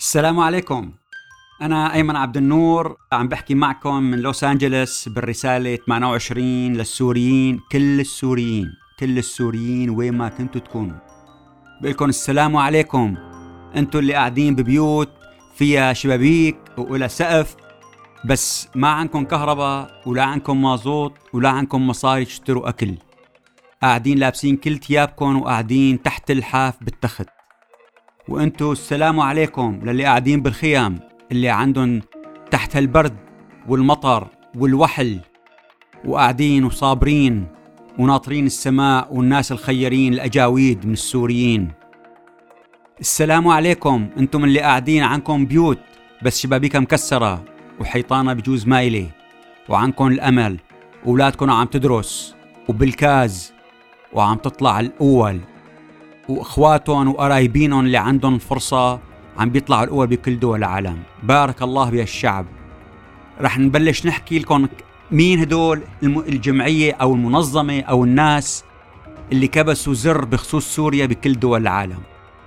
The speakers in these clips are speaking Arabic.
السلام عليكم. أنا أيمن عبد النور، عم بحكي معكم من لوس أنجلوس بالرسالة 28 للسوريين، كل السوريين وين ما كنتوا تكونوا. بقولكم السلام عليكم. أنتوا اللي قاعدين ببيوت فيها شبابيك وإلى سقف، بس ما عندكم كهرباء ولا عندكم مازوت ولا عندكم مصاري تشتروا أكل. قاعدين لابسين كل ثيابكم وقاعدين تحت الحاف بالتخت. وأنتوا السلام عليكم للي قاعدين بالخيام، اللي عندهم تحت البرد والمطر والوحل، وقاعدين وصابرين وناطرين السماء والناس الخيرين الأجاويد من السوريين. السلام عليكم أنتم اللي قاعدين عنكم بيوت بس شبابيكها مكسرة وحيطانة بجوز مايلة، وعنكم الأمل، وولادكم عم تدرس وبالكاز وعم تطلع الأول، وإخواتهم وقرايبينهم اللي عندهم فرصة عم بيطلعوا الأول بكل دول العالم. بارك الله بهالشعب. رح نبلش نحكي لكم مين هدول الجمعية أو المنظمة أو الناس اللي كبسوا زر بخصوص سوريا بكل دول العالم.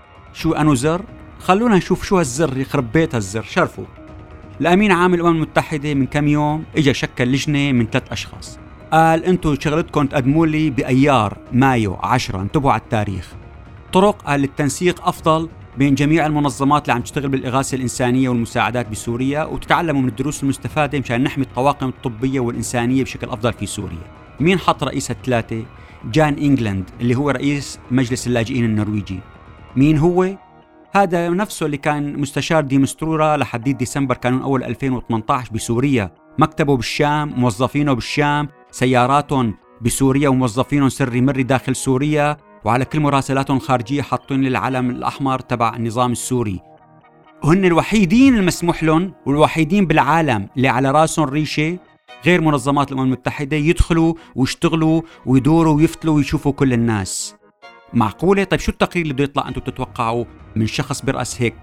شو أنو زر؟ خلونا نشوف شو هالزر، يخرب بيت هالزر. شرفوا الأمين عام الأمم المتحدة من كم يوم إجا شكل لجنة من 3 أشخاص، قال أنتوا شغلتكم تقدموا لي بأيار مايو 10، انتبهوا على التاريخ، طرق للتنسيق أفضل بين جميع المنظمات اللي عم تشتغل بالإغاثة الإنسانية والمساعدات بسوريا، وتتعلموا من الدروس المستفادة مشان نحمي الطواقم الطبية والإنسانية بشكل أفضل في سوريا. مين حط رئيس الثلاثة؟ جان إنجلاند اللي هو رئيس مجلس اللاجئين النرويجي. مين هو؟ هذا نفسه اللي كان مستشار دي مسترورة لحديد ديسمبر كانون أول 2018 بسوريا. مكتبه بالشام، موظفينه بالشام، سياراتهم بسوريا وموظفينهم سري مري داخل سوريا، وعلى كل مراسلاتهم الخارجية حاطين العلم الأحمر تبع النظام السوري. وهن الوحيدين المسموح لهم والوحيدين بالعالم اللي على راسهم ريشة، غير منظمات الأمم المتحدة، يدخلوا ويشتغلوا ويدوروا ويفتلوا ويشوفوا كل الناس. معقولة؟ طيب شو التقرير اللي بده يطلع أنتم بتتوقعوا من شخص برأس هيك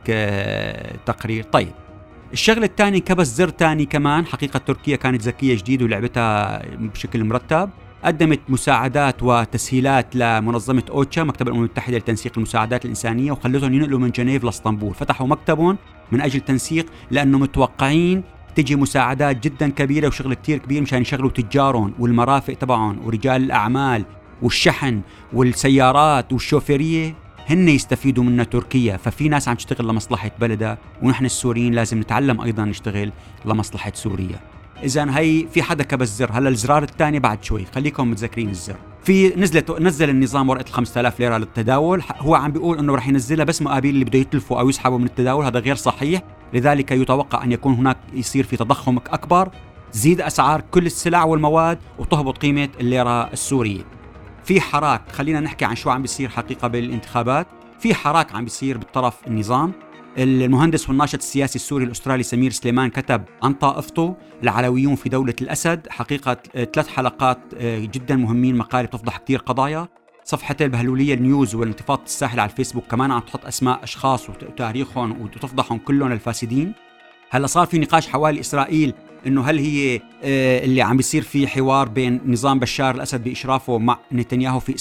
تقرير؟ طيب الشغلة الثاني، كبس زر تاني كمان. حقيقة تركيا كانت ذكية جديد ولعبتها بشكل مرتب، قدمت مساعدات وتسهيلات لمنظمة أوتشا، مكتب الأمم المتحدة لتنسيق المساعدات الإنسانية، وخلتهم ينقلوا من جنيف لاسطنبول. فتحوا مكتبهم من أجل تنسيق، لأنه متوقعين تجي مساعدات جدا كبيرة وشغل كتير كبير مشان يشغلوا تجارهم والمرافق تبعهم ورجال الأعمال والشحن والسيارات والشوفيرية، هن يستفيدوا منها تركيا. ففي ناس عم تشتغل لمصلحة بلدها، ونحن السوريين لازم نتعلم أيضا نشتغل لمصلحة سوريا. إذن هي في حدا كبس زر. هلا الزرار الثاني بعد شوي، خليكم متذكرين الزر. في نزل النظام ورقة 5000 ليرة للتداول. هو عم بيقول إنه رح ينزلها بس مقابل اللي بده يتلفوا أو يسحبوا من التداول. هذا غير صحيح، لذلك يتوقع أن يكون هناك يصير في تضخم أكبر، تزيد أسعار كل السلع والمواد وتهبط قيمة الليرة السورية. في حراك، خلينا نحكي عن شو عم بيصير حقيقة بالانتخابات. في حراك عم بيصير بالطرف النظام. المهندس والناشط السياسي السوري الأسترالي سمير سليمان كتب عن طائفته العلويون في دولة الأسد. حقيقة 3 حلقات جدا مهمين، مقالة بتفضح كتير قضايا. صفحة البهلولية نيوز والانتفاضة الساحل على الفيسبوك كمان عم تحط أسماء أشخاص وتاريخهم وتفضحهم كلهم الفاسدين. هلا صار في نقاش حوالي إسرائيل، إنه هل هي اللي عم بيصير في حوار بين نظام بشار الأسد بإشرافه مع نتنياهو في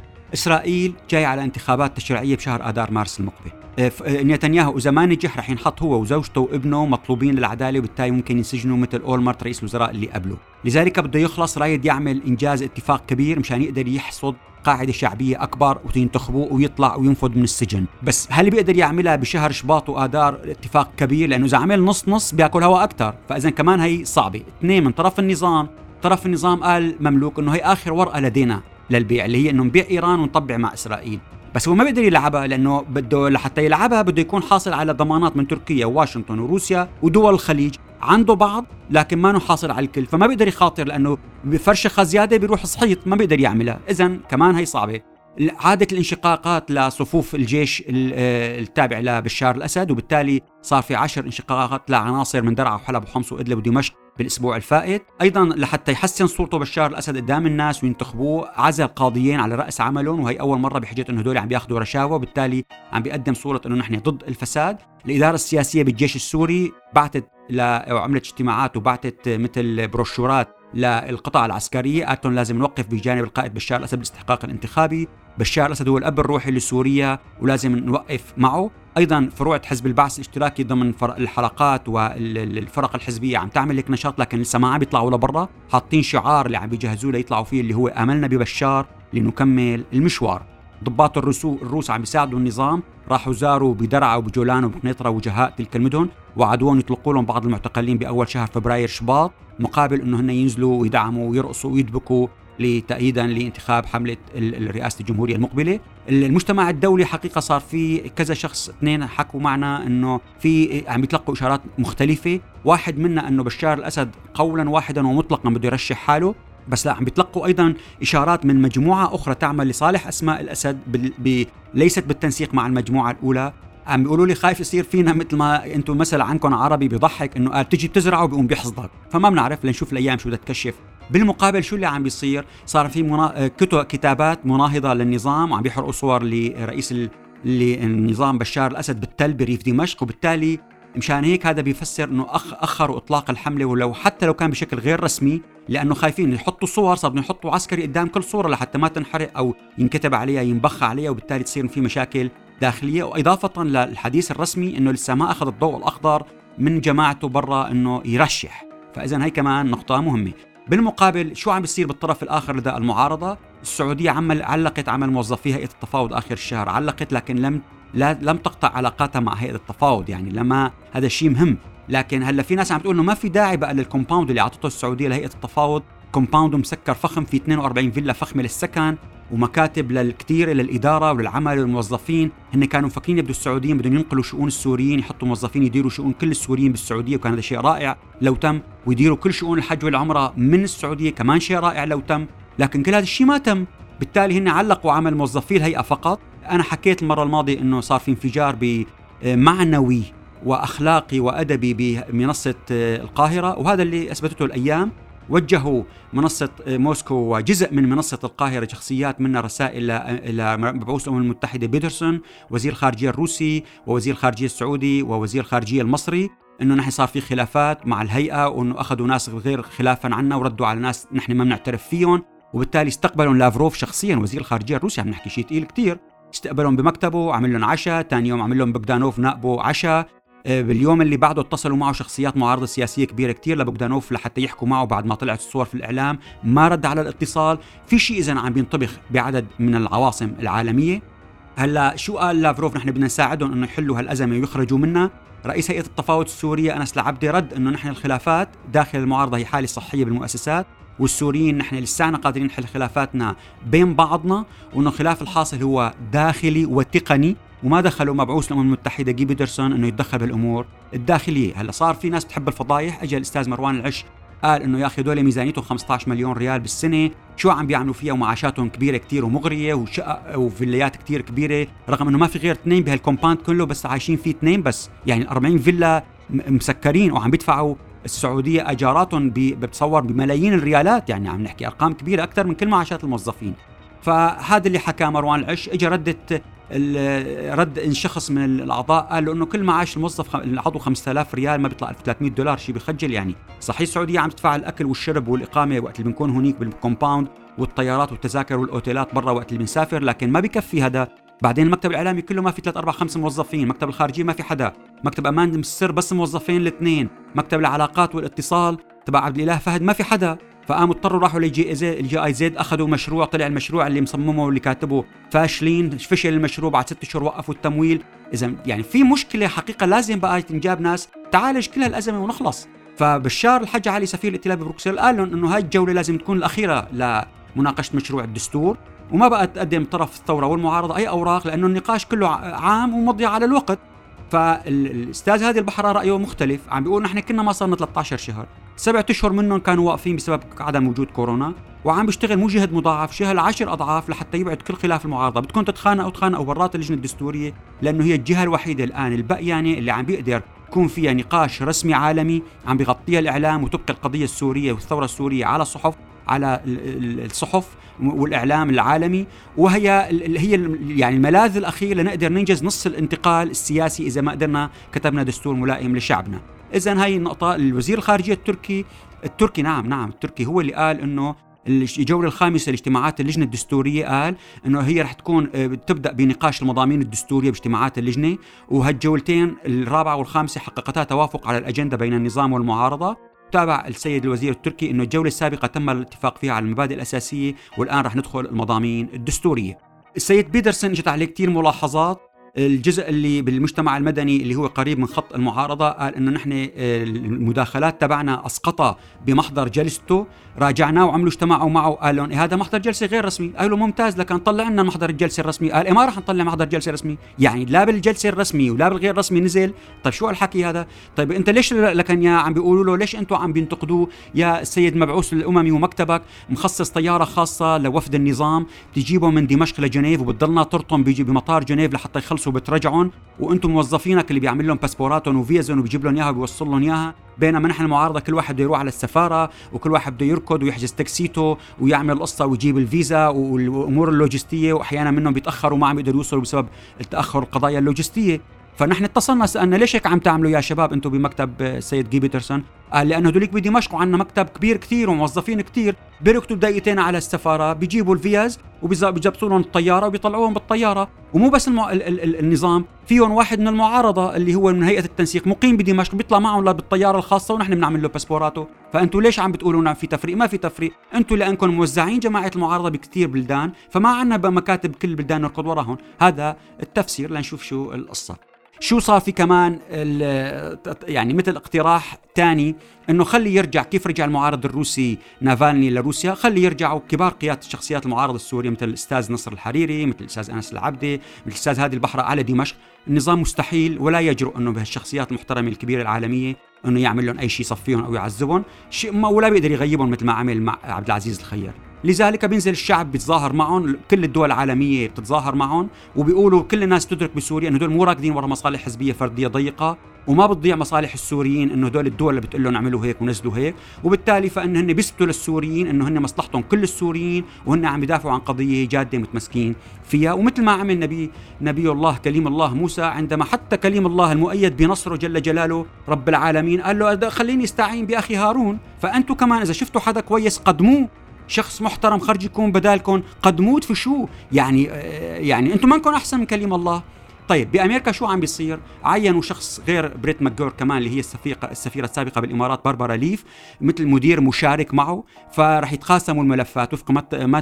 إسرائيل جاي على انتخابات تشريعية بشهر آذار مارس المقبل. نتنياهو إذا ما نجح رح ينحط هو وزوجته وابنه مطلوبين للعدالة، وبالتالي ممكن ينسجنوا مثل أولمرت رئيس الوزراء اللي قبله. لذلك بده يخلص، رايد يعمل إنجاز اتفاق كبير مشان يقدر يحصد قاعدة شعبية أكبر وينتخبوه ويطلع وينفذ من السجن. بس هل بيقدر يعملها بشهر شباط وآذار اتفاق كبير؟ لأنه إذا عمل نص بيأكل هوا أكتر. فإذا كمان هي صعبة. 2 من طرف النظام قال مملوك إنه هي آخر ورقة لدينا للبيع، اللي هي إنه نبيع إيران ونطبع مع إسرائيل. بس هو ما بيقدر يلعبها، لأنه بده لحتى يلعبها بده يكون حاصل على ضمانات من تركيا وواشنطن وروسيا ودول الخليج. عنده بعض لكن ما نو حاصل على الكل، فما بيقدر يخاطر، لأنه بفرشخة زيادة بيروح صحيط، ما بيقدر يعملها. إذن كمان هي صعبة. عادة الانشقاقات لصفوف الجيش التابع لبشار الأسد، وبالتالي صار في 10 انشقاقات لعناصر من درعا وحلب وحمص وإدلب ودمشق بالأسبوع الفائت. أيضا لحتى يحسن صورته بشار الأسد قدام الناس وينتخبوه، عزل قاضيين على رأس عملهم، وهي أول مرة بحجة أنه هدول عم بياخدوا رشاوى، وبالتالي عم بيقدم صورة أنه نحن ضد الفساد. الإدارة السياسية بالجيش السوري بعتت وعملت اجتماعات وبعتت مثل بروشورات للقطاع العسكرية، قالتهم لازم نوقف بجانب القائد بشار الأسد بالاستحقاق الانتخابي. بشار الأسد هو الأب الروحي لسوريا ولازم نوقف معه. أيضا فروع حزب البعث الاشتراكي ضمن الحلقات والفرق الحزبية عم تعمل هيك نشاط، لكن لسه ما عم بيطلعوا لبرا، حاطين شعار اللي عم بيجهزوه ليطلعوا فيه اللي هو أملنا ببشار لنكمل المشوار. ضباط الروس عم بيساعدوا النظام، راحوا زاروا بدرعا وبجولان وبقنيطرة وجهاء تلك المدن، وعدوهم يطلقوا لهم بعض المعتقلين بأول شهر فبراير شباط، مقابل أنه هن ينزلوا ويدعموا ويرقصوا ويدبكوا لتأييدا لانتخاب حملة رئاسة الجمهورية المقبلة. المجتمع الدولي حقيقة صار في كذا شخص، اثنين حكوا معنا أنه في عم يتلقوا إشارات مختلفة، واحد منا أنه بشار الأسد قولا واحدا ومطلقا بده يرشح حاله، بس لا عم بيتلقوا أيضا إشارات من مجموعة أخرى تعمل لصالح أسماء الأسد ليست بالتنسيق مع المجموعة الأولى. عم بيقولوا لي خايف يصير فينا مثل ما انتم مثلا عنكم عربي بيضحك انه قال تجي بتزرعه وبيقوم بيحصدك، فما بنعرف لنشوف الايام شو بدها تكشف. بالمقابل شو اللي عم بيصير؟ صار في كتابات مناهضه للنظام، وعم بيحرقوا صور لرئيس النظام بشار الاسد بالتل بريف دمشق، وبالتالي مشان هيك هذا بيفسر انه اخروا اطلاق الحمله، ولو حتى لو كان بشكل غير رسمي، لانه خايفين يحطوا صور، صار بدهم يحطوا عسكري قدام كل صوره لحتى ما تنحرق او ينكتب عليها ينبخ عليها، وبالتالي تصير في مشاكل داخليه. واضافه للحديث الرسمي انه لسه ما اخذ الضوء الاخضر من جماعته برا انه يرشح، فاذا هي كمان نقطه مهمه. بالمقابل شو عم بيصير بالطرف الاخر لدى المعارضه؟ السعوديه علقت عمل موظفي هيئه التفاوض اخر الشهر، علقت لكن لم تقطع علاقاتها مع هيئه التفاوض، يعني لما هذا الشيء مهم. لكن هلا في ناس عم تقول انه ما في داعي بقى للكومباوند اللي اعطته السعوديه لهيئه التفاوض، كومباوند مسكر فخم في 42 فيلا فخمه للسكن ومكاتب للكثير للاداره وللعمل والموظفين. هن كانوا مفكرين يبدو السعوديين بدهم ينقلوا شؤون السوريين، يحطوا موظفين يديروا شؤون كل السوريين بالسعوديه، وكان هذا شيء رائع لو تم، ويديروا كل شؤون الحج والعمره من السعوديه، كمان شيء رائع لو تم. لكن كل هذا الشيء ما تم، بالتالي هن علقوا عمل موظفي الهيئه فقط. انا حكيت المره الماضيه انه صار في انفجار بمعنوي واخلاقي وادبي بمنصه القاهره، وهذا اللي اثبتته الايام. وجهوا منصة موسكو وجزء من منصة القاهرة شخصيات منا رسائل إلى مبعوث الأمم المتحدة بيدرسون، وزير الخارجية الروسي ووزير الخارجية السعودي ووزير الخارجية المصري، إنه نحن صار في خلافات مع الهيئة، وإنه أخذوا ناس غير خلافا عنا وردوا على ناس نحن ما بنعترف فيهم، وبالتالي استقبلوا لافروف شخصيا وزير الخارجية الروسي، عم نحكي شيء ثقيل كتير، استقبلهم بمكتبه، عمل لهم عشاء، ثاني يوم عمل لهم بوغدانوف نائبه عشاء، باليوم اللي بعده اتصلوا معه شخصيات معارضة سياسية كبيرة كتير لبوغدانوف لحتى يحكوا معه بعد ما طلعت الصور في الإعلام، ما رد على الاتصال. في شيء إذن عم بينطبخ بعدد من العواصم العالمية. هلا شو قال لافروف؟ نحن بدنا نساعدهم انه يحلوا هالأزمة ويخرجوا منها. رئيس هيئة التفاوض السورية أنس العبدي رد انه نحن الخلافات داخل المعارضة هي حالة صحية بالمؤسسات، والسوريين نحن لسانا قادرين نحل خلافاتنا بين بعضنا، وانه الخلاف الحاصل هو داخلي وتقني، وما دخلوا مبعوث الأمم المتحدة جي بيدرسون انه يتدخل بالامور الداخليه. هلا صار في ناس تحب الفضايح، اجى الاستاذ مروان العش قال انه يا اخي دول ميزانيتهم 15 مليون ريال بالسنه، شو عم بيعملوا فيها ومعاشاتهم كبيره كتير ومغريه وشقق وفيليات كتير كبيره، رغم انه ما في غير اثنين بهالكومباوند كله، بس عايشين فيه اثنين بس، يعني 40 فيلا مسكرين، وعم بيدفعوا السعوديه اجاراتهم بتصور بملايين الريالات، يعني عم نحكي ارقام كبيره اكثر من كل معاشات الموظفين. فهذا اللي حكى مروان العش. اجى رد ان شخص من الاعضاء قال له انه كل معاش الموظف العضو 5000 ريال، ما بيطلع 1300 دولار، شيء بخجل. يعني صحيح السعوديه عم تدفع الاكل والشرب والاقامه وقت اللي بنكون هونيك بالكومباوند، والطيارات والتذاكر والاوتيلات برا وقت اللي بنسافر، لكن ما بيكفي هذا. بعدين المكتب الاعلامي كله ما في 3 4 5 موظفين، مكتب الخارجيه ما في حدا، مكتب امان السر بس موظفين الاثنين، مكتب العلاقات والاتصال تبع عبد الاله فهد ما في حدا. فقاموا اضطروا راحوا الجي اي زد، اخذوا مشروع، طلع المشروع اللي مصممه واللي كاتبه فاشلين، فشل المشروع، بعد 6 اشهر وقفوا التمويل. اذا يعني في مشكله حقيقه، لازم بقى تنجاب ناس تعالج كل هالازمه ونخلص. فبشار الحج علي سفير الائتلاف ببروكسل قال لهم انه هاي الجوله لازم تكون الاخيره لمناقشه مشروع الدستور، وما بقى تقدم طرف الثوره والمعارضه اي اوراق، لانه النقاش كله عام ومضي على الوقت. فالاستاذ هادي البحراء رايه مختلف، عم بيقول نحن كنا ما صارنا 13 شهر، 7 اشهر منهم كانوا واقفين بسبب عدم وجود كورونا، وعم بيشتغل مو جهد مضاعف، شغل 10 اضعاف لحتى يبعد كل خلاف المعارضه. بدكم تتخانقوا برات اللجنه الدستوريه، لانه هي الجهه الوحيده الان البقيانه اللي عم بيقدر يكون فيها نقاش رسمي عالمي عم بيغطيها الاعلام، وتبقى القضيه السوريه والثوره السوريه على الصحف والإعلام العالمي، وهي يعني الملاذ الأخير لنقدر ننجز نص الانتقال السياسي إذا ما قدرنا كتبنا دستور ملائم لشعبنا. إذن هاي النقطة. الوزير الخارجية التركي نعم التركي هو اللي قال إنه الجولة الخامسة لاجتماعات اللجنة الدستورية قال أنه هي رح تكون تبدأ بنقاش المضامين الدستورية باجتماعات اللجنة، وهالجولتين الرابعة والخامسة حققتا توافق على الأجندة بين النظام والمعارضة. تابع السيد الوزير التركي أنه الجولة السابقة تم الاتفاق فيها على المبادئ الأساسية، والآن رح ندخل المضامين الدستورية. السيد بيدرسون جت عليه كتير ملاحظات. الجزء اللي بالمجتمع المدني اللي هو قريب من خط المعارضة قال إنه نحن المداخلات تبعنا أسقطها بمحضر جلسته، راجعناه وعملوا اجتماعوا معه، قال لهم هذا محضر جلسة غير رسمي. قالوا ممتاز، لكن طلع لنا محضر الجلسة الرسمي. قال ما راح نطلع محضر جلسة رسمي، يعني لا بالجلسة الرسمي ولا بالغير رسمي نزل. طيب شو الحكي هذا؟ طيب أنت ليش لكن يا عم بيقولوا له ليش أنتوا عم بينتقدوه يا السيد مبعوث الأممي ومكتبك مخصص طيارة خاصة لوفد النظام تجيبه من دمشق لجنيف وبتضلنا ترطم بيجي بمطار جنيف لحتى يخلصوا بترجعون، وانتم موظفينك اللي بيعمل لهم باسبوراتهم وفيزون وبيجيب لهم اياها وبيوصل لهم اياها، بينما نحن المعارضه كل واحد بده يروح على السفاره وكل واحد بده يركض ويحجز تاكسيته ويعمل القصه ويجيب الفيزا والامور اللوجستيه، واحيانا منهم بيتاخروا وما عم بيقدروا يوصلوا بسبب التاخر القضايا اللوجستيه. فنحن اتصلنا سألنا ليش هيك عم تعملوا يا شباب انتم بمكتب السيد جي بيترسون؟ قال لانه هدوليك بدمشق وعندنا مكتب كبير كثير وموظفين كثير، بيركضوا دقيقتين على السفاره بيجيبوا الفيز وبيجبطوا لهم الطياره وبيطلعوهم بالطياره. ومو بس النظام، فيهم واحد من المعارضه اللي هو من هيئه التنسيق مقيم بدمشق بيطلع معهم بالطياره الخاصه ونحن بنعمل له باسبوراته. فانتم ليش عم بتقولوا لنا في تفريق؟ ما في تفريق، انتم لانكم موزعين جماعه المعارضه بكثير بلدان، فما عندنا بمكاتب كل البلدان نركض وراهم. هذا التفسير. لنشوف شو القصه. شو صار في كمان يعني مثل اقتراح تاني انه خلي يرجع كيف رجع المعارض الروسي نافالني لروسيا، خلي يرجعوا كبار قيادة الشخصيات المعارضة السورية مثل الاستاذ نصر الحريري، مثل الاستاذ انس العبدي، مثل الاستاذ هادي البحرة على دمشق. النظام مستحيل ولا يجرؤ انه بهالشخصيات المحترمة الكبيرة العالمية انه يعمل لهم اي شيء يصفيهم او يعذبهم ولا بيقدر يغيبهم مثل ما عمل مع عبد العزيز الخير. لذلك بينزل الشعب بيتظاهر معهم، كل الدول العالمية بتتظاهر معهم، وبيقولوا كل الناس تدرك بسوريا انه دول مو راكدين ورا مصالح حزبية فردية ضيقة، وما بتضيع مصالح السوريين انه دول الدول اللي بتقول لهم اعملوا هيك ونزلوا هيك. وبالتالي فان هن بيثبتوا للسوريين انه هن مصلحتهم كل السوريين، وهن عم يدافعوا عن قضية جادة متمسكين فيها. ومثل ما عمل نبي الله كليم الله موسى، عندما حتى كليم الله المؤيد بنصره جل جلاله رب العالمين قال له خليني استعين باخي هارون. فانتم كمان اذا شفتوا حدا كويس قدموه، شخص محترم خرج يكون بدالكم قدموه في شو يعني انتم ما انكم احسن من كليم الله. طيب بامريكا شو عم بيصير؟ عينوا شخص غير بريت ماكجور كمان اللي هي السفيره السابقه بالامارات باربرا ليف مثل مدير مشارك معه، فرح يتقاسموا الملفات وفق ما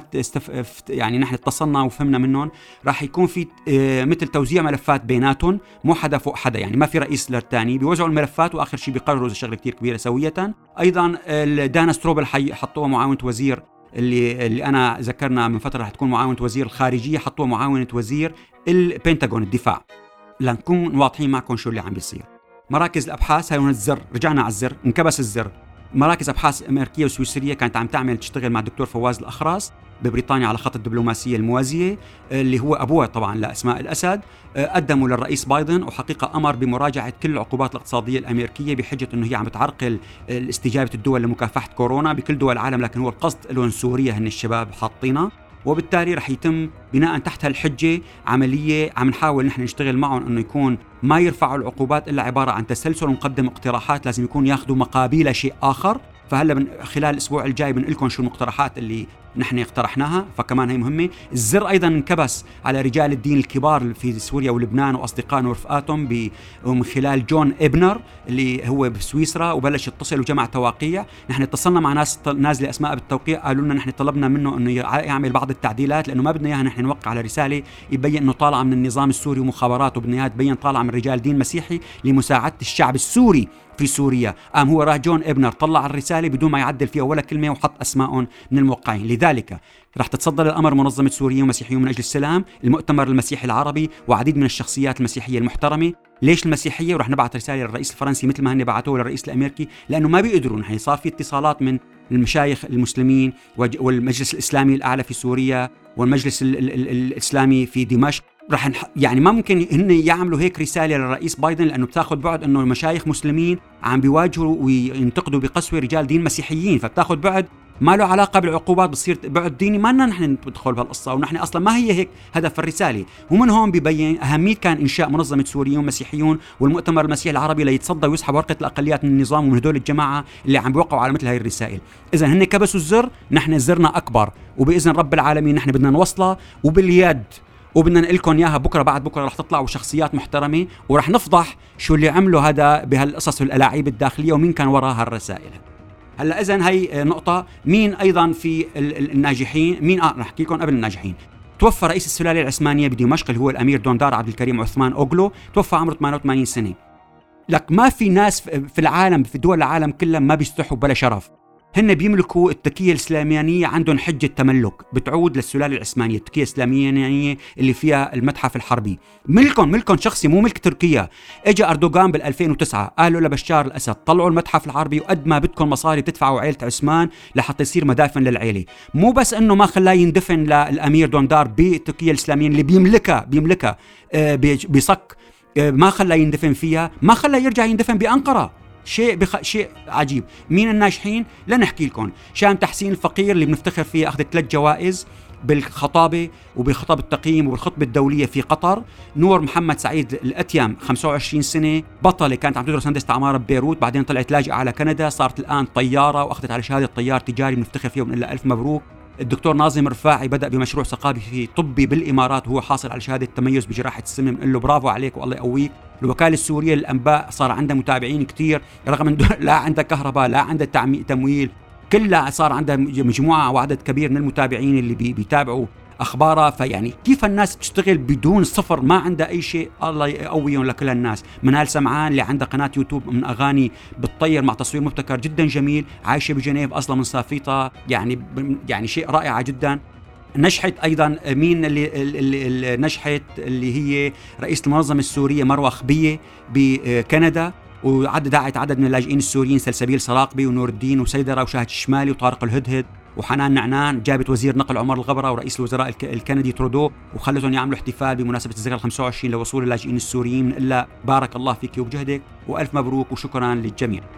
يعني نحن اتصلنا وفهمنا منهم، راح يكون في مثل توزيع ملفات بيناتهم، مو حدا فوق حدا، يعني ما في رئيس للثاني، بيوزعوا الملفات واخر شيء بيقرروا شغله كثير كبيره سويه. ايضا دانا ستروبل حطوها معاونه وزير اللي أنا ذكرنا من فترة رح تكون معاونة وزير الخارجية، حطوها معاونة وزير البنتاغون الدفاع. لنكون واضحين معكم شو اللي عم بيصير. مراكز الأبحاث، هاي الزر، رجعنا على الزر، انكبس الزر. مراكز أبحاث أمريكية وسويسرية كانت عم تشتغل مع الدكتور فواز الأخراس ببريطانيا على خط الدبلوماسية الموازية اللي هو أبوها طبعا لأسماء الأسد. قدموا للرئيس بايدن، وحقيقة أمر بمراجعة كل العقوبات الاقتصادية الأمريكية بحجة أنه هي عم تعرقل استجابة الدول لمكافحة كورونا بكل دول العالم، لكن هو القصد لهم سوريا هن الشباب حاطينها. وبالتالي رح يتم بناء تحت هالحجة عملية عم نحاول نحن نشتغل معهم أنه يكون ما يرفعوا العقوبات إلا عبارة عن تسلسل ونقدم اقتراحات لازم يكون ياخذوا مقابل شيء آخر. فهلا خلال الأسبوع الجاي بنقلكم شو المقترحات اللي نحن اقترحناها، فكمان هي مهمة. الزر أيضا انكبس على رجال الدين الكبار في سوريا ولبنان وأصدقائهم ورفقاتهم من خلال جون إبنر اللي هو بسويسرا، وبلش يتصل وجمع تواقيع. نحن اتصلنا مع ناس نازلة أسماء بالتوقيع، قالوا لنا نحن طلبنا منه أنه يعمل بعض التعديلات لأنه ما بدنا إياها نحن نوقع على رسالة يبين أنه طالعة من النظام السوري ومخابراته، بدنا إياها تبين طالعة من رجال دين مسيحي لمساعدة الشعب السوري في سوريا. هو راح جون إبنر طلع الرسالة بدون ما يعدل فيها ولا كلمة وحط أسماءهم من الموقعين. لذلك رح تتصدر الأمر منظمة سوريين ومسيحيون من أجل السلام، المؤتمر المسيحي العربي، وعديد من الشخصيات المسيحية المحترمة. ليش المسيحية؟ ورح نبعث رسالة للرئيس الفرنسي مثل ما هن بعثوه للرئيس الأمريكي، لأنه ما بيقدروا. نحن صار في اتصالات من المشايخ المسلمين والمجلس الإسلامي الأعلى في سوريا والمجلس الإسلامي في دمشق. رح يعني ما ممكن هن يعملوا هيك رسالة للرئيس بايدن، لأنه بتاخذ بعد أنه المشايخ مسلمين عم بيواجهوا وينتقدوا بقسوة رجال دين مسيحيين، فبتاخذ بعد ما له علاقة بالعقوبات بصير بعد ديني، ما لنا نحن ندخل بهالقصة، ونحن أصلا ما هي هيك هدف الرسالة. ومن هون ببين أهمية كان إنشاء منظمة سوريون مسيحيون والمؤتمر المسيحي العربي ليتصدى ويسحب ورقة الأقليات من النظام ومن هدول الجماعة اللي عم بيوقعوا على مثل هاي الرسائل. إذا هن كبسوا الزر، نحن زرنا أكبر، وبإذن رب العالمين نحن بدنا نوصله وباليد، وبدنا نقول لكم اياها بكره بعد بكره رح تطلعوا شخصيات محترمه، ورح نفضح شو اللي عملوا هذا بهالقصص والألاعيب الداخليه ومين كان وراء هالرسائل. هلا اذا هي نقطه. مين ايضا في الناجحين؟ مين نحكي لكم قبل الناجحين. توفى رئيس السلاله العثمانيه بدمشق اللي هو الامير دوندار عبد الكريم عثمان اوغلو، توفى عمره 88 سنه. لك ما في ناس في العالم، في دول العالم كلها ما بيستحوا بلا شرف. هن بيملكوا التكية الإسلامية، عندهم حجة تملك بتعود للسلالة العثمانية، التكية الإسلامية اللي فيها المتحف الحربي، ملكهم شخصي مو ملك تركيا. اجى أردوغان بال2009 قالوا لبشار الأسد طلعوا المتحف الحربي وقد ما بدكم مصاري تدفعوا عائلة عثمان لحتى يصير مدافن للعيلة. مو بس انه ما خلاه يندفن للأمير دوندار بالتركية الإسلامية اللي بيملكها بصك، ما خلاه يندفن فيها، ما خلاه يرجع يندفن بأنقرة. شيء عجيب. مين الناجحين؟ لنحكي لكم. شام تحسين الفقير اللي بنفتخر فيها أخذت 3 جوائز بالخطابة وبخطاب التقييم وبالخطبة الدولية في قطر. نور محمد سعيد الأتيم 25 سنة، بطلة كانت عم تدرس هندسة عمارة ببيروت، بعدين طلعت لاجئة على كندا، صارت الآن طيارة وأخذت على شهادة طيار تجاري، بنفتخر فيه وبنقول لها ألف مبروك. الدكتور ناظم رفاعي بدأ بمشروع ثقافي طبي بالإمارات وهو حاصل على شهادة تميز بجراحة السمنة، بنقول له برافو عليك والله يقويك. الوكالة السورية للأنباء صار عندها متابعين كتير رغم أنه لا عندها كهرباء لا عندها تمويل، كلها صار عندها مجموعة وعدد كبير من المتابعين اللي بيتابعوا أخبارها. فيعني كيف الناس بتشتغل بدون صفر، ما عندها أي شيء، الله يقويهم لكل الناس. منال سمعان اللي عندها قناة يوتيوب من أغاني بتطير مع تصوير مبتكر جدا جميل، عايشة بجنيف أصلا من صافيطة، يعني شيء رائع جدا. نجحت أيضا مين اللي نجحت اللي هي رئيس المنظمة السورية مروة خبية بكندا، دعت عدد من اللاجئين السوريين سلسبيل سراقبي ونور الدين وسيدرة وشاهد الشمالي وطارق الهدهد وحنان نعنان. جابت وزير نقل عمر الغبرة ورئيس الوزراء الكندي ترودو وخلتهم يعملوا احتفال بمناسبة الذكرى 25 لوصول اللاجئين السوريين. إلا بارك الله فيك وبجهدك وألف مبروك وشكرا للجميع.